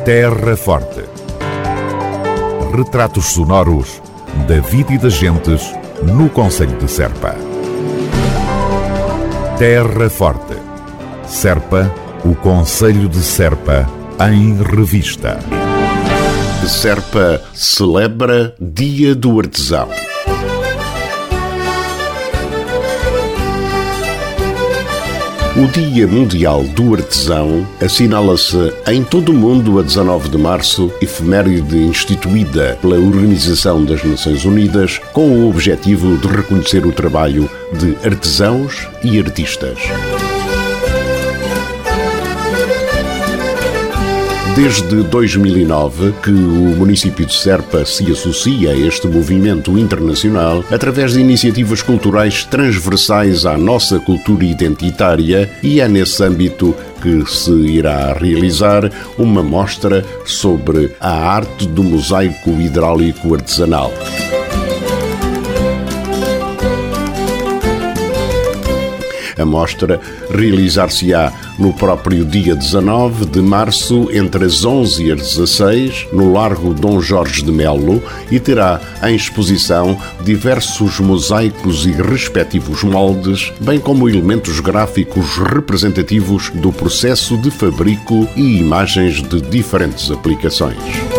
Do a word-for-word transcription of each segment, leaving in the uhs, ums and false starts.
Terra Forte. Retratos sonoros da vida e das gentes no concelho de Serpa. Terra Forte. Serpa, o concelho de Serpa, em revista. Serpa celebra Dia do Artesão. O Dia Mundial do Artesão assinala-se em todo o mundo a dezanove de março, efeméride instituída pela Organização das Nações Unidas com o objetivo de reconhecer o trabalho de artesãos e artistas. Desde dois mil e nove que o município de Serpa se associa a este movimento internacional através de iniciativas culturais transversais à nossa cultura identitária, e é nesse âmbito que se irá realizar uma mostra sobre a arte do mosaico hidráulico artesanal. A mostra realizar-se-á no próprio dia dezanove de março, entre as onze e as dezasseis, no Largo Dom Jorge de Melo, e terá em exposição diversos mosaicos e respectivos moldes, bem como elementos gráficos representativos do processo de fabrico e imagens de diferentes aplicações.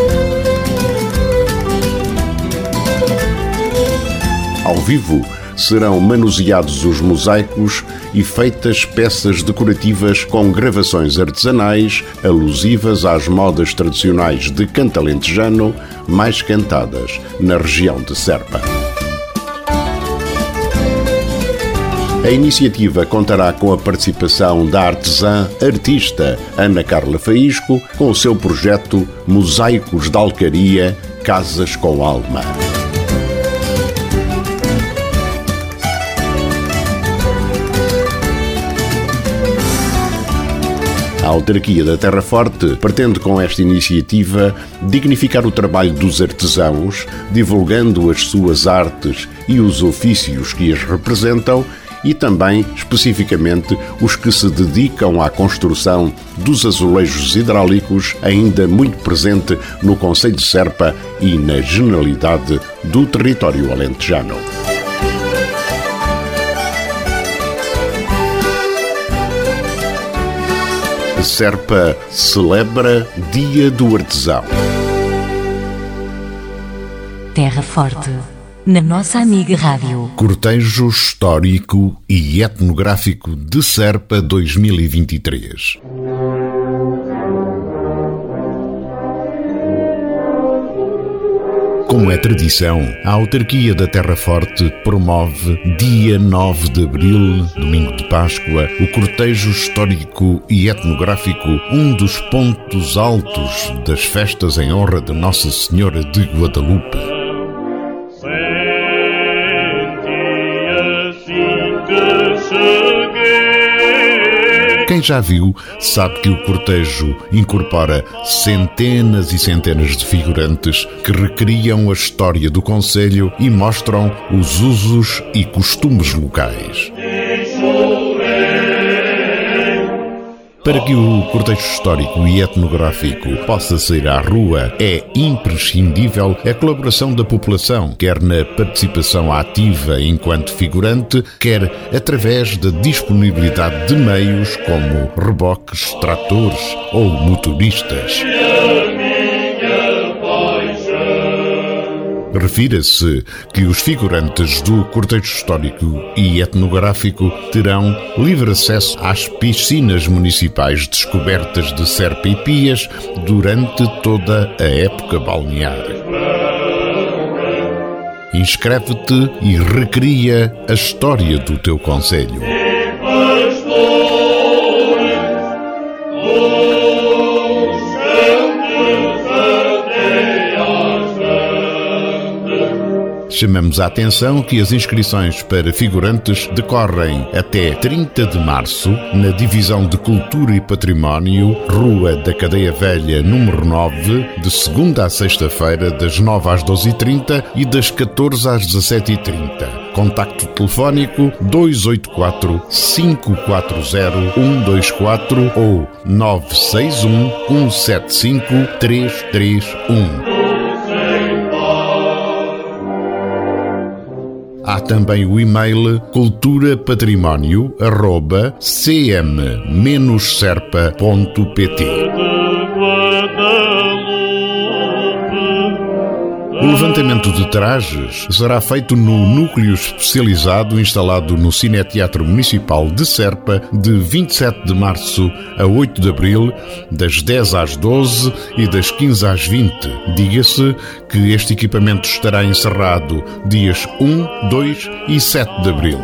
Ao vivo, serão manuseados os mosaicos e feitas peças decorativas com gravações artesanais alusivas às modas tradicionais de canto alentejano mais cantadas na região de Serpa. A iniciativa contará com a participação da artesã artista Ana Carla Faísco com o seu projeto Mosaicos de Alcaria, Casas com Alma. A autarquia da Terra Forte pretende, com esta iniciativa, dignificar o trabalho dos artesãos, divulgando as suas artes e os ofícios que as representam, e também, especificamente, os que se dedicam à construção dos azulejos hidráulicos, ainda muito presente no concelho de Serpa e na generalidade do território alentejano. Serpa celebra Dia do Artesão. Terra Forte, na nossa amiga rádio. Cortejo Histórico e Etnográfico de Serpa dois mil e vinte e três. Como é tradição, a autarquia da Terra Forte promove, dia nove de abril, domingo de Páscoa, o cortejo histórico e etnográfico, um dos pontos altos das festas em honra de Nossa Senhora de Guadalupe. Quem já viu sabe que o cortejo incorpora centenas e centenas de figurantes que recriam a história do concelho e mostram os usos e costumes locais. Para que o cortejo histórico e etnográfico possa sair à rua, é imprescindível a colaboração da população, quer na participação ativa enquanto figurante, quer através da disponibilidade de meios como reboques, tratores ou motoristas. Refira-se que os figurantes do cortejo histórico e etnográfico terão livre acesso às piscinas municipais descobertas de Serpa e Pias durante toda a época balnear. Inscreve-te e recria a história do teu concelho. Chamamos a atenção que as inscrições para figurantes decorrem até trinta de março na Divisão de Cultura e Património, Rua da Cadeia Velha, número nove, de segunda a sexta-feira, das nove às doze e trinta e das catorze às dezassete e trinta, Contacto telefónico dois oito quatro, cinco quatro zero, um dois quatro ou nove seis um, um sete cinco, três três um. Há também o e-mail culturapatrimónio arroba c m menos serpa ponto p t. O levantamento de trajes será feito no núcleo especializado instalado no Cineteatro Municipal de Serpa de vinte e sete de março a oito de abril, das dez às doze e das quinze às vinte. Diga-se que este equipamento estará encerrado dias um, dois e sete de abril.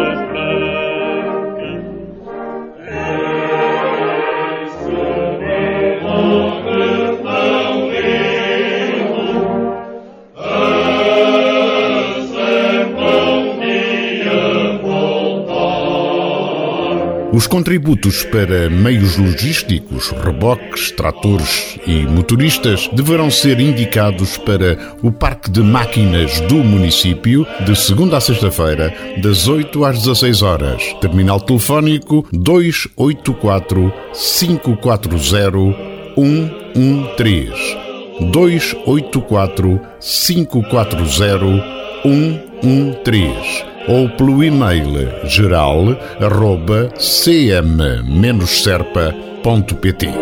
Os contributos para meios logísticos, reboques, tratores e motoristas deverão ser indicados para o Parque de Máquinas do município de segunda a sexta-feira, das oito às dezasseis horas. Terminal telefónico dois oito quatro, cinco quatro zero, um um três. dois oito quatro, cinco quatro zero, um um três. Ou pelo e-mail geral arroba c m menos serpa ponto p t.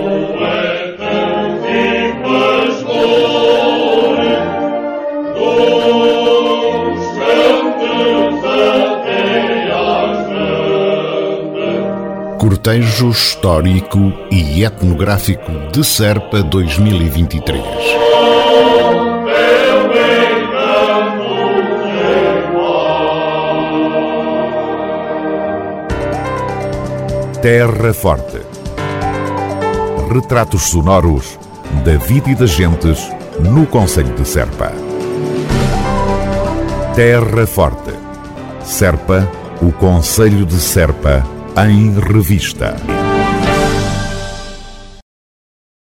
Cortejo Histórico e Etnográfico de Serpa dois mil e vinte e três. Terra Forte. Retratos sonoros da vida e das gentes no concelho de Serpa. Terra Forte. Serpa, o concelho de Serpa em revista.